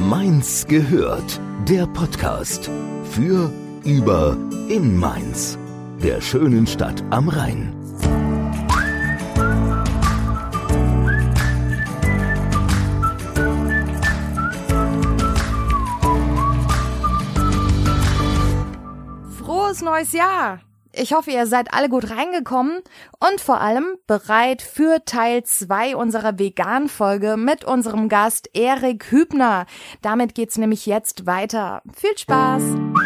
Mainz gehört, der Podcast für, über, in Mainz, der schönen Stadt am Rhein. Frohes neues Jahr! Ich hoffe, ihr seid alle gut reingekommen und vor allem bereit für Teil 2 unserer Vegan-Folge mit unserem Gast Erik Hübner. Damit geht's nämlich jetzt weiter. Viel Spaß!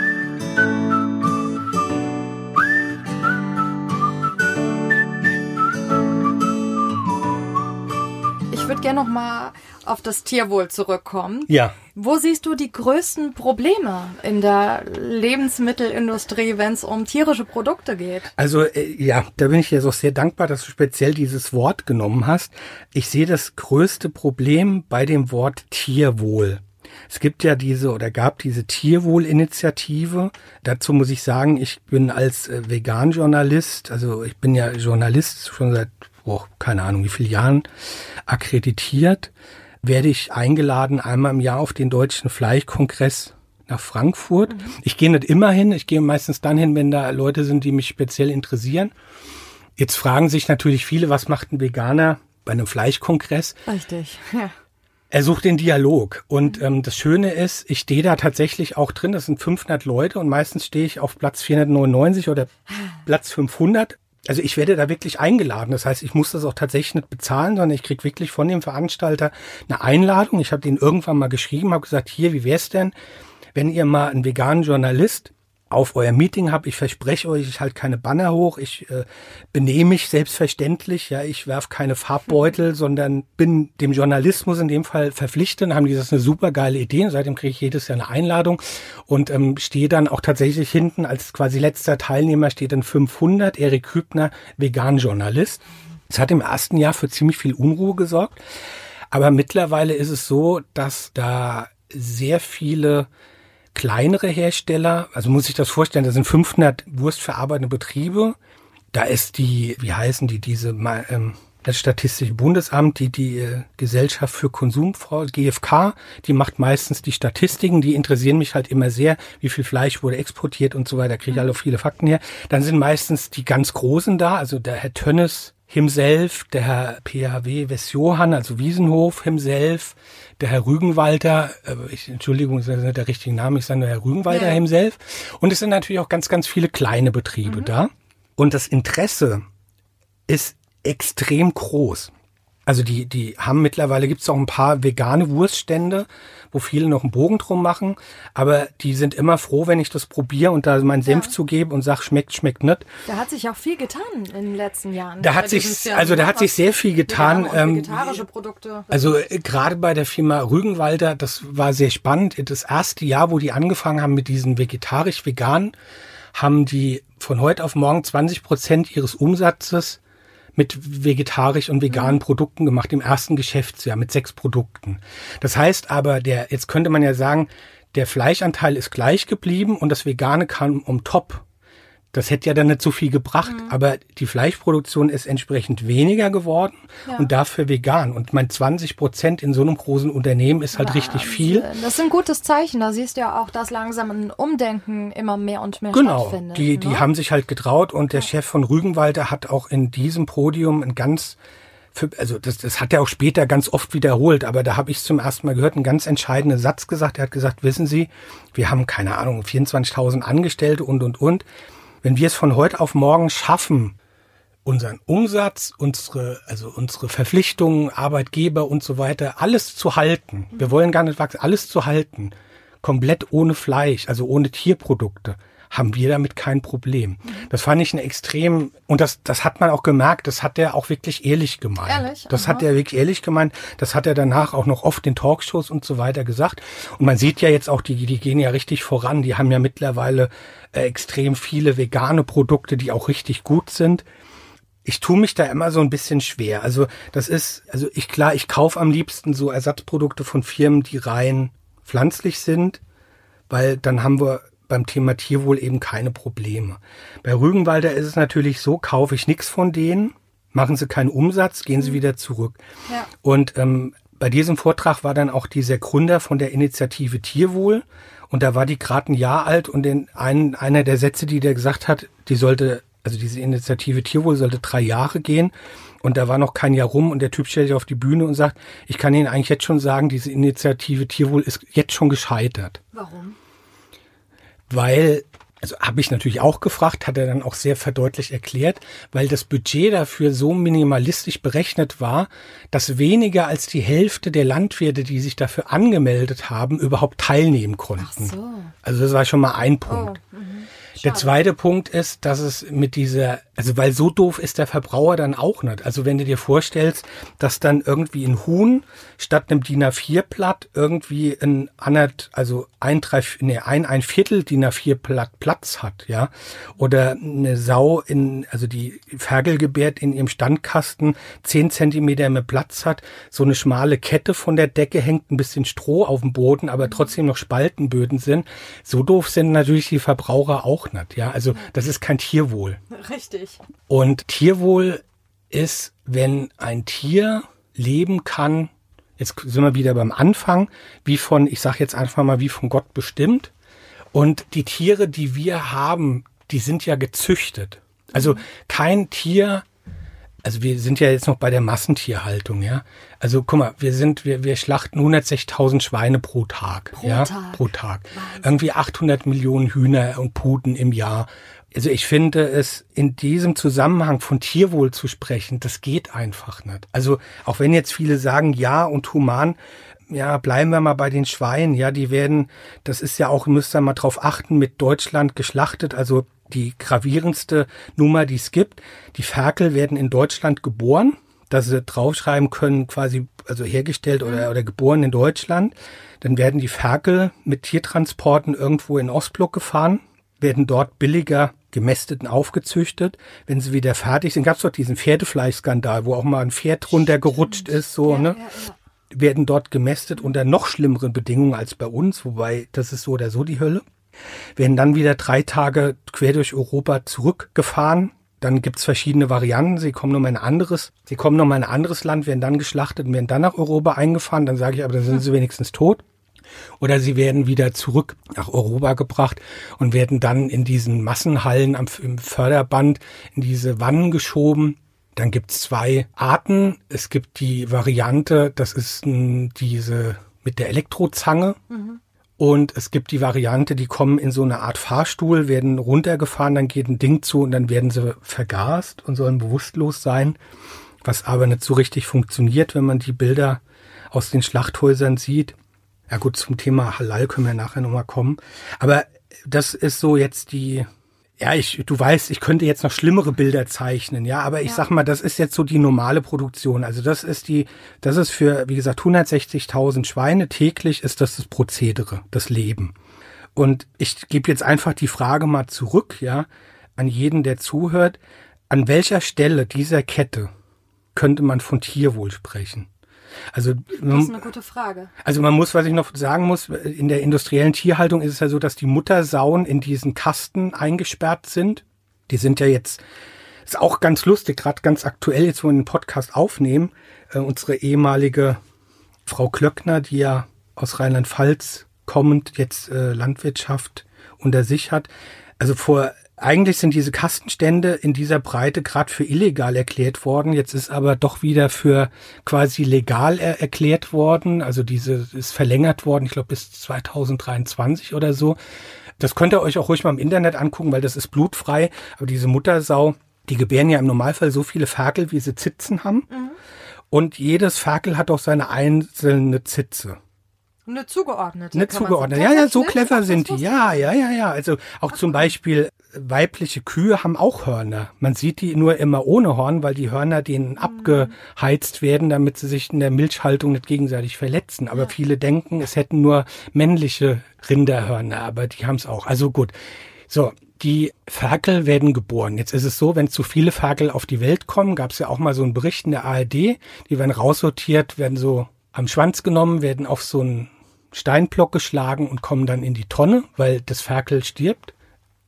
Ich würde gerne noch mal auf das Tierwohl zurückkommen. Ja. Wo siehst du die größten Probleme in der Lebensmittelindustrie, wenn es um tierische Produkte geht? Also ja, da bin ich dir so sehr dankbar, dass du speziell dieses Wort genommen hast. Ich sehe das größte Problem bei dem Wort Tierwohl. Es gibt ja gab diese Tierwohlinitiative. Dazu muss ich sagen, ich bin als Vegan-Journalist, also ich bin ja Journalist schon seit, keine Ahnung wie viele Jahren, akkreditiert. Werde ich eingeladen einmal im Jahr auf den Deutschen Fleischkongress nach Frankfurt. Ich gehe nicht immer hin, ich gehe meistens dann hin, wenn da Leute sind, die mich speziell interessieren. Jetzt fragen sich natürlich viele, was macht ein Veganer bei einem Fleischkongress? Richtig, ja. Er sucht den Dialog und das Schöne ist, ich stehe da tatsächlich auch drin, das sind 500 Leute und meistens stehe ich auf Platz 499 oder Platz 500. Also ich werde da wirklich eingeladen. Das heißt, ich muss das auch tatsächlich nicht bezahlen, sondern ich kriege wirklich von dem Veranstalter eine Einladung. Ich habe den irgendwann mal geschrieben, habe gesagt, hier, wie wär's denn, wenn ihr mal einen veganen Journalist auf euer Meeting habt? Ich verspreche euch, ich halte keine Banner hoch, ich benehme mich selbstverständlich, ja, ich werfe keine Farbbeutel, sondern bin dem Journalismus in dem Fall verpflichtet. Dann haben die das eine super geile Idee und seitdem kriege ich jedes Jahr eine Einladung und stehe dann auch tatsächlich hinten als quasi letzter Teilnehmer steht dann 500, Erik Hübner, Vegan-Journalist. Das hat im ersten Jahr für ziemlich viel Unruhe gesorgt, aber mittlerweile ist es so, dass da sehr viele kleinere Hersteller, also muss ich das vorstellen, da sind 500 wurstverarbeitende Betriebe. Da ist das Statistische Bundesamt, die Gesellschaft für Konsumfrau, GfK, die macht meistens die Statistiken, die interessieren mich halt immer sehr, wie viel Fleisch wurde exportiert und so weiter, kriege ich alle viele Fakten her. Dann sind meistens die ganz Großen da, also der Herr Tönnes himself, der Herr PHW Westjohann, also Wiesenhof himself, der Herr Rügenwalder, Entschuldigung, das ist nicht der richtige Name, ich sage nur Herr Rügenwalder himself. Und es sind natürlich auch ganz, ganz viele kleine Betriebe da. Und das Interesse ist extrem groß. Also die haben mittlerweile, gibt es auch ein paar vegane Wurststände, wo viele noch einen Bogen drum machen, aber die sind immer froh, wenn ich das probiere und da meinen Senf zugebe und sage, schmeckt nicht. Da hat sich auch viel getan in den letzten Jahren. Da hat sich sehr viel getan. Vegetarische Produkte. Also gerade bei der Firma Rügenwalder, das war sehr spannend. Das erste Jahr, wo die angefangen haben mit diesen vegetarisch-vegan, haben die von heute auf morgen 20% ihres Umsatzes mit vegetarisch und veganen Produkten gemacht im ersten Geschäftsjahr mit 6 Produkten. Das heißt aber, jetzt könnte man ja sagen, der Fleischanteil ist gleich geblieben und das Vegane kam on top. Das hätte ja dann nicht so viel gebracht, aber die Fleischproduktion ist entsprechend weniger geworden und dafür vegan. Und 20% in so einem großen Unternehmen ist halt richtig viel. Das ist ein gutes Zeichen. Da siehst du ja auch, dass langsam ein Umdenken immer mehr und mehr stattfindet. Genau, die haben sich halt getraut und der Chef von Rügenwalder hat auch in diesem Podium das hat er auch später ganz oft wiederholt, aber da habe ich zum ersten Mal gehört, einen ganz entscheidenden Satz gesagt. Er hat gesagt, wissen Sie, wir haben, keine Ahnung, 24.000 Angestellte und. Wenn wir es von heute auf morgen schaffen, unseren Umsatz, unsere Verpflichtungen, Arbeitgeber und so weiter, alles zu halten, wir wollen gar nicht wachsen, alles zu halten, komplett ohne Fleisch, also ohne Tierprodukte, haben wir damit kein Problem. Das fand ich und das hat man auch gemerkt, das hat er auch wirklich ehrlich gemeint. Ehrlich? Das hat er wirklich ehrlich gemeint, das hat er danach auch noch oft in Talkshows und so weiter gesagt. Und man sieht ja jetzt auch, die gehen ja richtig voran, die haben ja mittlerweile extrem viele vegane Produkte, die auch richtig gut sind. Ich tue mich da immer so ein bisschen schwer. Ich kaufe am liebsten so Ersatzprodukte von Firmen, die rein pflanzlich sind, weil dann haben wir beim Thema Tierwohl eben keine Probleme. Bei Rügenwalder ist es natürlich so, kaufe ich nichts von denen, machen sie keinen Umsatz, gehen sie wieder zurück. Ja. Und bei diesem Vortrag war dann auch dieser Gründer von der Initiative Tierwohl. Und da war die gerade ein Jahr alt und einer der Sätze, die der gesagt hat, diese Initiative Tierwohl sollte 3 Jahre gehen. Und da war noch kein Jahr rum und der Typ stellt sich auf die Bühne und sagt, ich kann Ihnen eigentlich jetzt schon sagen, diese Initiative Tierwohl ist jetzt schon gescheitert. Warum? Weil, also habe ich natürlich auch gefragt, hat er dann auch sehr verdeutlicht erklärt, weil das Budget dafür so minimalistisch berechnet war, dass weniger als die Hälfte der Landwirte, die sich dafür angemeldet haben, überhaupt teilnehmen konnten. Ach so. Also das war schon mal ein Punkt. Der zweite Punkt ist, dass es weil so doof ist der Verbraucher dann auch nicht. Also wenn du dir vorstellst, dass dann irgendwie ein Huhn statt einem DIN A4-Blatt irgendwie ein Viertel DIN A4-Blatt Platz hat, ja. Oder eine Sau die Ferkel gebärt in ihrem Standkasten 10 Zentimeter mehr Platz hat, so eine schmale Kette von der Decke hängt, ein bisschen Stroh auf dem Boden, aber trotzdem noch Spaltenböden sind. So doof sind natürlich die Verbraucher auch nicht, ja. Also das ist kein Tierwohl. Richtig. Und Tierwohl ist, wenn ein Tier leben kann, jetzt sind wir wieder beim Anfang, wie von Gott bestimmt. Und die Tiere, die wir haben, die sind ja gezüchtet. Also kein Tier, also wir sind ja jetzt noch bei der Massentierhaltung, ja. Also guck mal, wir schlachten 160.000 Schweine pro Tag. Pro Tag. Irgendwie 800 Millionen Hühner und Puten im Jahr. Also ich finde es in diesem Zusammenhang von Tierwohl zu sprechen, das geht einfach nicht. Also auch wenn jetzt viele sagen, ja und human, ja, bleiben wir mal bei den Schweinen, ja, die werden, das ist ja auch, müsst ihr mal drauf achten, mit Deutschland geschlachtet, also die gravierendste Nummer, die es gibt. Die Ferkel werden in Deutschland geboren, dass sie draufschreiben können, quasi, also hergestellt oder geboren in Deutschland. Dann werden die Ferkel mit Tiertransporten irgendwo in den Ostblock gefahren, werden dort billiger gemästet und aufgezüchtet. Wenn sie wieder fertig sind, gab es doch diesen Pferdefleischskandal, wo auch mal ein Pferd runtergerutscht ist, so, ja, ne? Ja. Werden dort gemästet unter noch schlimmeren Bedingungen als bei uns, wobei das ist so oder so die Hölle. Werden dann wieder 3 Tage quer durch Europa zurückgefahren. Dann gibt's verschiedene Varianten. Sie kommen nochmal in ein anderes Land, werden dann geschlachtet und werden dann nach Europa eingefahren. Dann sage ich, aber dann sind sie wenigstens tot. Oder sie werden wieder zurück nach Europa gebracht und werden dann in diesen Massenhallen im Förderband in diese Wannen geschoben. Dann gibt's 2 Arten. Es gibt die Variante, das ist diese mit der Elektrozange. Mhm. Und es gibt die Variante, die kommen in so eine Art Fahrstuhl, werden runtergefahren, dann geht ein Ding zu und dann werden sie vergast und sollen bewusstlos sein. Was aber nicht so richtig funktioniert, wenn man die Bilder aus den Schlachthäusern sieht. Ja gut, zum Thema Halal können wir nachher nochmal kommen. Aber das ist so jetzt du weißt, ich könnte jetzt noch schlimmere Bilder zeichnen, ja, aber ich sag mal, das ist jetzt so die normale Produktion. Also das ist für, wie gesagt, 160.000 Schweine täglich ist das Prozedere, das Leben. Und ich gebe jetzt einfach die Frage mal zurück, ja, an jeden, der zuhört. An welcher Stelle dieser Kette könnte man von Tierwohl sprechen? Also, das ist eine gute Frage. Also was ich noch sagen muss, in der industriellen Tierhaltung ist es ja so, dass die Muttersauen in diesen Kasten eingesperrt sind. Die sind ja jetzt, ist auch ganz lustig, gerade ganz aktuell, jetzt wo wir den Podcast aufnehmen, unsere ehemalige Frau Klöckner, die ja aus Rheinland-Pfalz kommend jetzt Landwirtschaft unter sich hat. Also eigentlich sind diese Kastenstände in dieser Breite gerade für illegal erklärt worden. Jetzt ist aber doch wieder für quasi legal erklärt worden. Also diese ist verlängert worden, ich glaube bis 2023 oder so. Das könnt ihr euch auch ruhig mal im Internet angucken, weil das ist blutfrei. Aber diese Muttersau, die gebären ja im Normalfall so viele Ferkel, wie sie Zitzen haben. Mhm. Und jedes Ferkel hat auch seine einzelne Zitze. Eine zugeordnete. Ja, so clever sind die. Ja. Also auch zum Beispiel weibliche Kühe haben auch Hörner. Man sieht die nur immer ohne Horn, weil die Hörner denen abgeheizt werden, damit sie sich in der Milchhaltung nicht gegenseitig verletzen. Aber viele denken, es hätten nur männliche Rinderhörner, aber die haben es auch. Also gut. So, die Ferkel werden geboren. Jetzt ist es so, wenn zu viele Ferkel auf die Welt kommen, gab es ja auch mal so einen Bericht in der ARD, die werden raussortiert, werden so am Schwanz genommen, werden auf so einen Steinblock geschlagen und kommen dann in die Tonne, weil das Ferkel stirbt.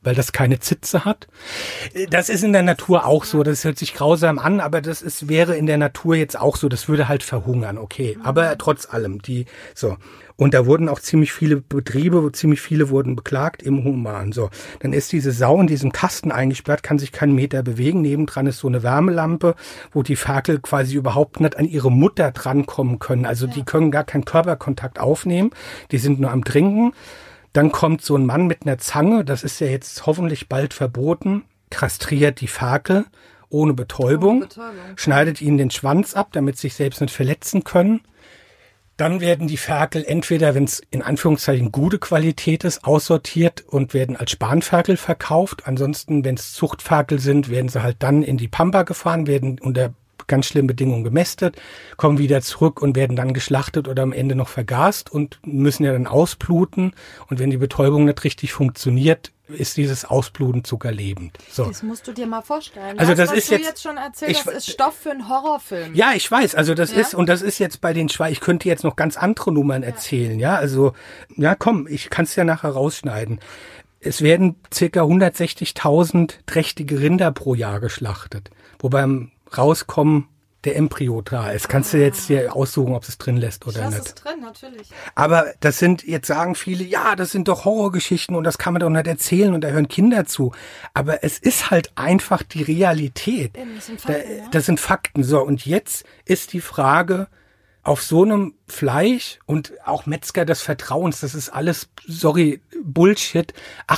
weil das keine Zitze hat. Das ist in der Natur auch so, das hört sich grausam an, aber wäre in der Natur jetzt auch so, das würde halt verhungern, okay. Aber trotz allem, so. Und da wurden auch ziemlich viele Betriebe, ziemlich viele wurden beklagt im Human. So, dann ist diese Sau in diesem Kasten eingesperrt, kann sich keinen Meter bewegen. Nebendran ist so eine Wärmelampe, wo die Ferkel quasi überhaupt nicht an ihre Mutter drankommen können. Also die können gar keinen Körperkontakt aufnehmen, die sind nur am Trinken. Dann kommt so ein Mann mit einer Zange, das ist ja jetzt hoffentlich bald verboten, kastriert die Ferkel ohne Betäubung, schneidet ihnen den Schwanz ab, damit sie sich selbst nicht verletzen können. Dann werden die Ferkel entweder, wenn es in Anführungszeichen gute Qualität ist, aussortiert und werden als Spanferkel verkauft. Ansonsten, wenn es Zuchtferkel sind, werden sie halt dann in die Pampa gefahren, werden unter ganz schlimmen Bedingungen gemästet, kommen wieder zurück und werden dann geschlachtet oder am Ende noch vergast und müssen ja dann ausbluten. Und wenn die Betäubung nicht richtig funktioniert, ist dieses Ausbluten zuckerlebend. So. Das musst du dir mal vorstellen. Also das was ist du jetzt schon erzählt, das ist Stoff für einen Horrorfilm. Ja, ich weiß. Also das ist jetzt bei den ich könnte jetzt noch ganz andere Nummern erzählen. Ja, also komm, ich kann es ja nachher rausschneiden. Es werden circa 160.000 trächtige Rinder pro Jahr geschlachtet, wo beim Rauskommen der Embryo da ist. Kannst du jetzt hier aussuchen, ob es drin lässt oder nicht. Das ist drin, natürlich. Aber das sind, jetzt sagen viele, ja, das sind doch Horrorgeschichten und das kann man doch nicht erzählen und da hören Kinder zu. Aber es ist halt einfach die Realität. Das sind Fakten, das sind Fakten. So, und jetzt ist die Frage, auf so einem Fleisch und auch Metzger des Vertrauens, das ist alles, Bullshit.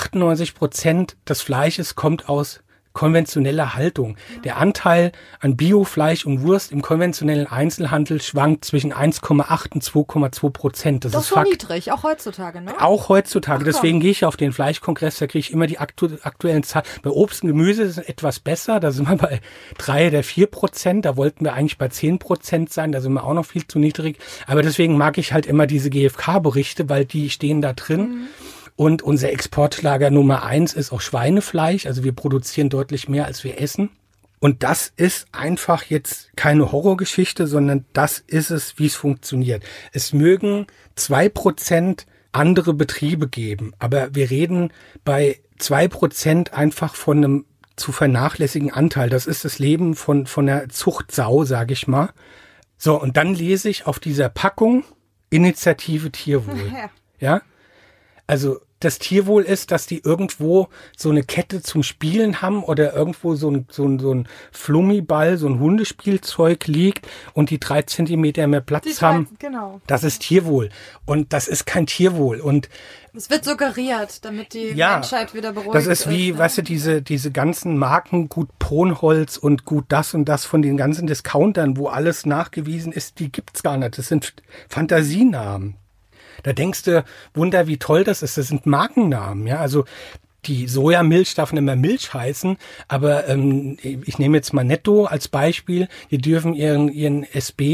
98% des Fleisches kommt aus konventionelle Haltung. Ja. Der Anteil an Biofleisch und Wurst im konventionellen Einzelhandel schwankt zwischen 1,8 und 2,2%. Das ist so Fakt. Niedrig, auch heutzutage, ne? Auch heutzutage. Deswegen gehe ich auf den Fleischkongress, da kriege ich immer die aktuellen Zahlen. Bei Obst und Gemüse ist es etwas besser, da sind wir bei 3 oder 4%. Da wollten wir eigentlich bei 10% sein, da sind wir auch noch viel zu niedrig. Aber deswegen mag ich halt immer diese GfK-Berichte, weil die stehen da drin. Mhm. Und unser Exportschlager Nummer 1 ist auch Schweinefleisch. Also wir produzieren deutlich mehr, als wir essen. Und das ist einfach jetzt keine Horrorgeschichte, sondern das ist es, wie es funktioniert. Es mögen 2% andere Betriebe geben, aber wir reden bei 2% einfach von einem zu vernachlässigen Anteil. Das ist das Leben von der Zuchtsau, sage ich mal. So, und dann lese ich auf dieser Packung Initiative Tierwohl. Ja? Also das Tierwohl ist, dass die irgendwo so eine Kette zum Spielen haben oder irgendwo so ein Flummiball, so ein Hundespielzeug liegt und die 3 Zentimeter mehr Platz haben. Genau. Das ist Tierwohl. Und das ist kein Tierwohl. Und es wird suggeriert, damit die Menschheit wieder beruhigt ist. Das ist wie, weißt du, diese ganzen Marken, Gut Pronholz und Gut das und das von den ganzen Discountern, wo alles nachgewiesen ist, die gibt's gar nicht. Das sind Fantasienamen. Da denkst du, Wunder, wie toll das ist. Das sind Markennamen, ja. Also die Sojamilch darf nicht mehr Milch heißen, aber ich nehme jetzt mal Netto als Beispiel. Die dürfen ihren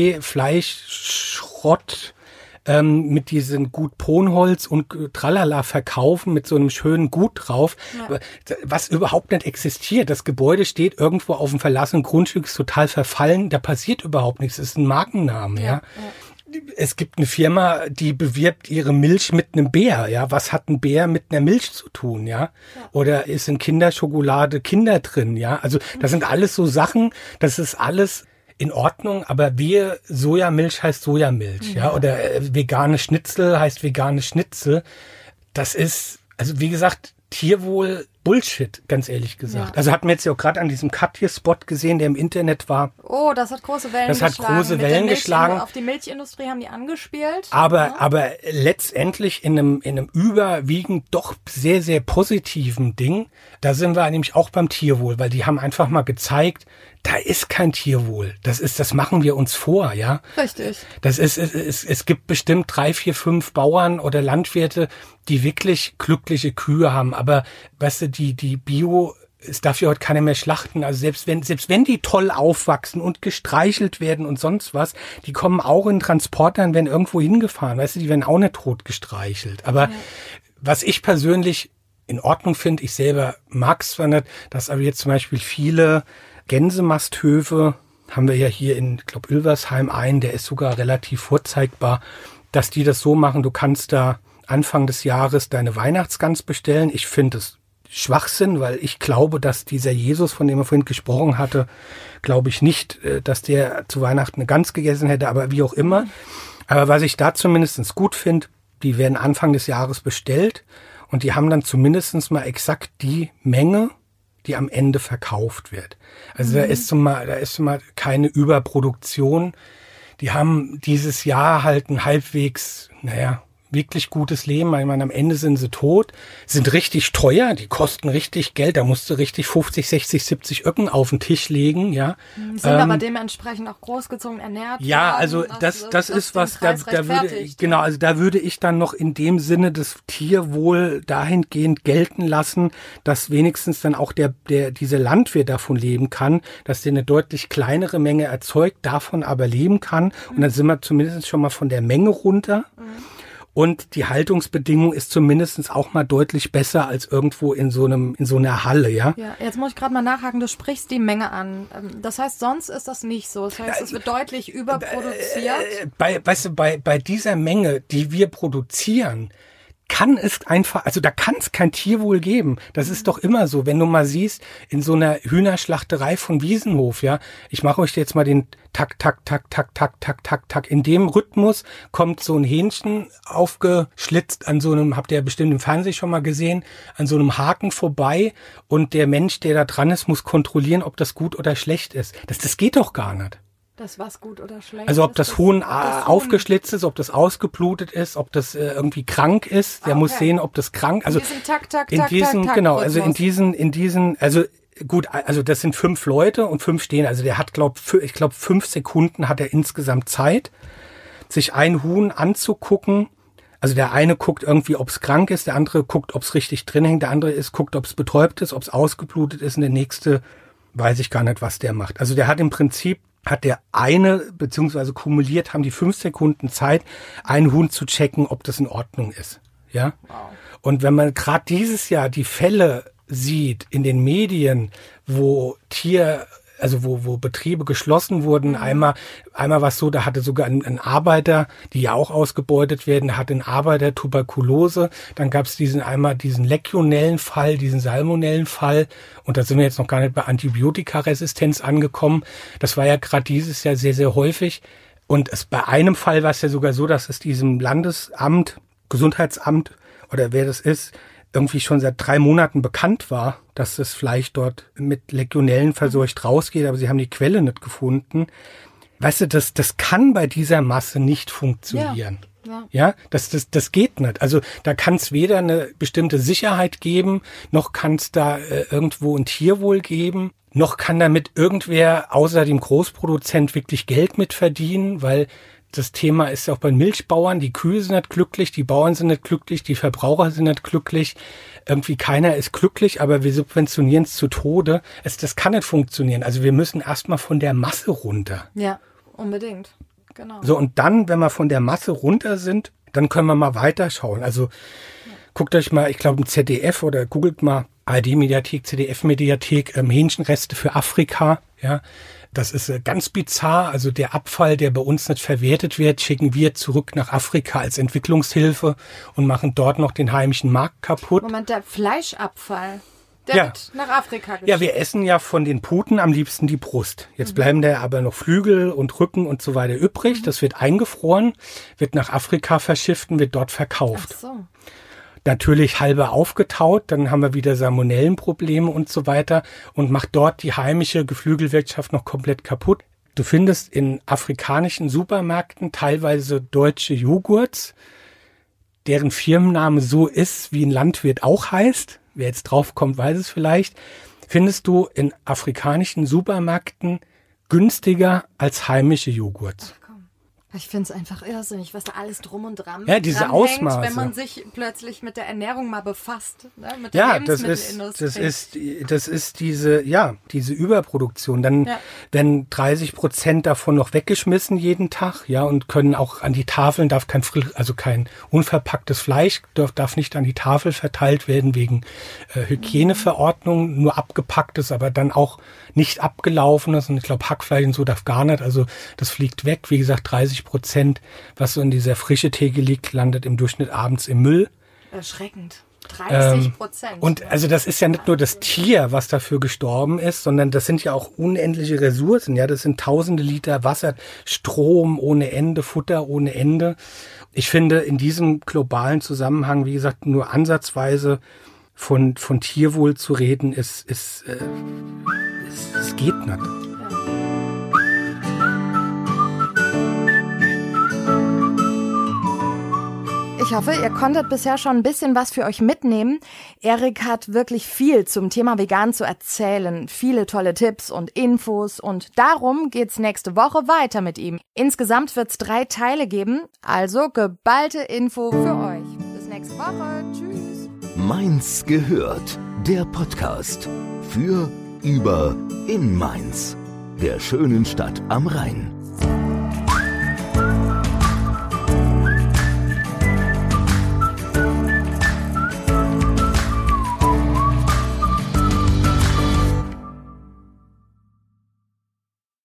SB-Fleischschrott mit diesem Gut Pronholz und Tralala verkaufen mit so einem schönen Gut drauf, was überhaupt nicht existiert. Das Gebäude steht irgendwo auf dem verlassenen Grundstück, ist total verfallen. Da passiert überhaupt nichts. Das ist ein Markenname, ja. Es gibt eine Firma, die bewirbt ihre Milch mit einem Bär, ja. Was hat ein Bär mit einer Milch zu tun, ja? Oder ist in Kinderschokolade Kinder drin, ja? Also das sind alles so Sachen, das ist alles in Ordnung, aber Sojamilch heißt Sojamilch, ja? Oder vegane Schnitzel heißt vegane Schnitzel. Das ist, also wie gesagt, Tierwohl Bullshit, ganz ehrlich gesagt. Ja. Also hatten wir jetzt ja auch gerade an diesem Cut-Hier-Spot gesehen, der im Internet war. Oh, das hat große Wellen geschlagen. Das hat große Wellen geschlagen. Auf die Milchindustrie haben die angespielt. Aber letztendlich in einem überwiegend doch sehr, sehr positiven Ding, da sind wir nämlich auch beim Tierwohl, weil die haben einfach mal gezeigt, da ist kein Tierwohl. Das machen wir uns vor, ja. Richtig. Es gibt bestimmt 3, 4, 5 Bauern oder Landwirte, die wirklich glückliche Kühe haben. Aber, weißt du, die Bio, es darf ja heute keiner mehr schlachten. Also selbst wenn die toll aufwachsen und gestreichelt werden und sonst was, die kommen auch in Transportern, werden irgendwo hingefahren. Weißt du, die werden auch nicht tot gestreichelt. Aber was ich persönlich in Ordnung finde, ich selber mag es zwar nicht, dass aber jetzt zum Beispiel viele Gänsemasthöfe, haben wir ja hier in, ich glaube, Ilversheim einen, der ist sogar relativ vorzeigbar, dass die das so machen, du kannst da Anfang des Jahres deine Weihnachtsgans bestellen. Ich finde es Schwachsinn, weil ich glaube, dass dieser Jesus, von dem er vorhin gesprochen hatte, glaube ich nicht, dass der zu Weihnachten eine Gans gegessen hätte, aber wie auch immer. Aber was ich da zumindest gut finde, die werden Anfang des Jahres bestellt und die haben dann zumindest mal exakt die Menge, die am Ende verkauft wird. Also da ist mal keine Überproduktion. Die haben dieses Jahr halt ein halbwegs, wirklich gutes Leben. Ich meine, am Ende sind sie tot, sind richtig teuer, die kosten richtig Geld, da musst du richtig 50, 60, 70 Öcken auf den Tisch legen, ja. Sind aber dementsprechend auch großgezogen ernährt. Ja, also das ist was, da würde ich dann noch in dem Sinne das Tierwohl dahingehend gelten lassen, dass wenigstens dann auch dieser Landwirt davon leben kann, dass der eine deutlich kleinere Menge erzeugt, davon aber leben kann. Und dann sind wir zumindest schon mal von der Menge runter. Und die Haltungsbedingung ist zumindest auch mal deutlich besser als irgendwo in so einer Halle, ja? Ja, jetzt muss ich gerade mal nachhaken, du sprichst die Menge an. Das heißt, sonst ist das nicht so. Das heißt, es wird deutlich überproduziert. Bei dieser Menge, die wir produzieren, kann es einfach, also da kann es kein Tierwohl geben. Das ist doch immer so. Wenn du mal siehst, in so einer Hühnerschlachterei von Wiesenhof, ja, ich mache euch jetzt mal den Tak, Tak, Tak, Tak, Tak, Tak, Tak, Tak. In dem Rhythmus kommt so ein Hähnchen aufgeschlitzt an so einem, habt ihr ja bestimmt im Fernsehen schon mal gesehen, an so einem Haken vorbei und der Mensch, der da dran ist, muss kontrollieren, ob das gut oder schlecht ist. Das geht doch gar nicht. Das was gut oder schlecht. Also ob das Huhn aufgeschlitzt ist, ob das ausgeblutet ist, ob das irgendwie krank ist. Der muss sehen, ob das krank. Also in diesen, also gut, also das sind 5 Leute und 5 stehen. Also der hat, ich glaube 5 Sekunden hat er insgesamt Zeit, sich ein Huhn anzugucken. Also der eine guckt irgendwie, ob es krank ist, der andere guckt, ob es richtig drin hängt, der andere guckt, ob es betäubt ist, ob es ausgeblutet ist und der nächste weiß ich gar nicht, was der macht. Also der hat im Prinzip beziehungsweise kumuliert haben die 5 Sekunden Zeit, ein Huhn zu checken, ob das in Ordnung ist. Ja. Wow. Und wenn man gerade dieses Jahr die Fälle sieht in den Medien, wo Betriebe geschlossen wurden, einmal war es so, da hatte sogar ein Arbeiter, die ja auch ausgebeutet werden, da hatte ein Arbeiter Tuberkulose, dann gab es diesen Legionellenfall, diesen Salmonellenfall und da sind wir jetzt noch gar nicht bei Antibiotikaresistenz angekommen. Das war ja gerade dieses Jahr sehr, sehr häufig und bei einem Fall war es ja sogar so, dass es diesem Gesundheitsamt oder wer das ist, irgendwie schon seit 3 Monaten bekannt war, dass das Fleisch dort mit Legionellen verseucht rausgeht, aber sie haben die Quelle nicht gefunden. Weißt du, das kann bei dieser Masse nicht funktionieren. Ja, das geht nicht. Also da kann es weder eine bestimmte Sicherheit geben, noch kann es da irgendwo ein Tierwohl geben, noch kann damit irgendwer außer dem Großproduzent wirklich Geld mit verdienen, weil das Thema ist ja auch bei Milchbauern, die Kühe sind nicht glücklich, die Bauern sind nicht glücklich, die Verbraucher sind nicht glücklich. Irgendwie keiner ist glücklich, aber wir subventionieren es zu Tode. Das kann nicht funktionieren. Also wir müssen erstmal von der Masse runter. Ja, unbedingt. Genau. So, und dann, wenn wir von der Masse runter sind, dann können wir mal weiterschauen. Also guckt euch mal, ich glaube im ZDF oder googelt mal ARD-Mediathek, ZDF-Mediathek, Hähnchenreste für Afrika, ja. Das ist ganz bizarr. Also der Abfall, der bei uns nicht verwertet wird, schicken wir zurück nach Afrika als Entwicklungshilfe und machen dort noch den heimischen Markt kaputt. Moment, der Fleischabfall, der wird nach Afrika geschickt. Ja, wir essen ja von den Puten am liebsten die Brust. Jetzt bleiben da aber noch Flügel und Rücken und so weiter übrig. Das wird eingefroren, wird nach Afrika verschifft und wird dort verkauft. Ach so. Natürlich halber aufgetaut, dann haben wir wieder Salmonellenprobleme und so weiter und macht dort die heimische Geflügelwirtschaft noch komplett kaputt. Du findest in afrikanischen Supermärkten teilweise deutsche Joghurts, deren Firmenname so ist, wie ein Landwirt auch heißt. Wer jetzt drauf kommt, weiß es vielleicht. Findest du in afrikanischen Supermärkten günstiger als heimische Joghurts. Ich finde es einfach irrsinnig, was da alles drum und dran ja, diese Ausmaße. Wenn man sich plötzlich mit der Ernährung mal befasst, ne? Mit der Lebensmittelindustrie. Das ist diese Überproduktion. Dann werden 30% davon noch weggeschmissen jeden Tag, ja, und können auch an die Tafeln, kein unverpacktes Fleisch darf nicht an die Tafel verteilt werden wegen Hygieneverordnung, nur abgepacktes, aber dann auch nicht abgelaufenes und ich glaube Hackfleisch und so darf gar nicht, also das fliegt weg, wie gesagt 30%, was so in dieser Frische Theke liegt, landet im Durchschnitt abends im Müll. Erschreckend. 30%. Und also das ist ja nicht nur das Tier, was dafür gestorben ist, sondern das sind ja auch unendliche Ressourcen. Ja, das sind tausende Liter Wasser, Strom ohne Ende, Futter ohne Ende. Ich finde, in diesem globalen Zusammenhang, wie gesagt, nur ansatzweise von Tierwohl zu reden, es geht nicht. Ich hoffe, ihr konntet bisher schon ein bisschen was für euch mitnehmen. Erik hat wirklich viel zum Thema Vegan zu erzählen. Viele tolle Tipps und Infos und darum geht's nächste Woche weiter mit ihm. Insgesamt wird's 3 Teile geben, also geballte Info für euch. Bis nächste Woche. Tschüss. Mainz gehört. Der Podcast für, über, in Mainz. Der schönen Stadt am Rhein.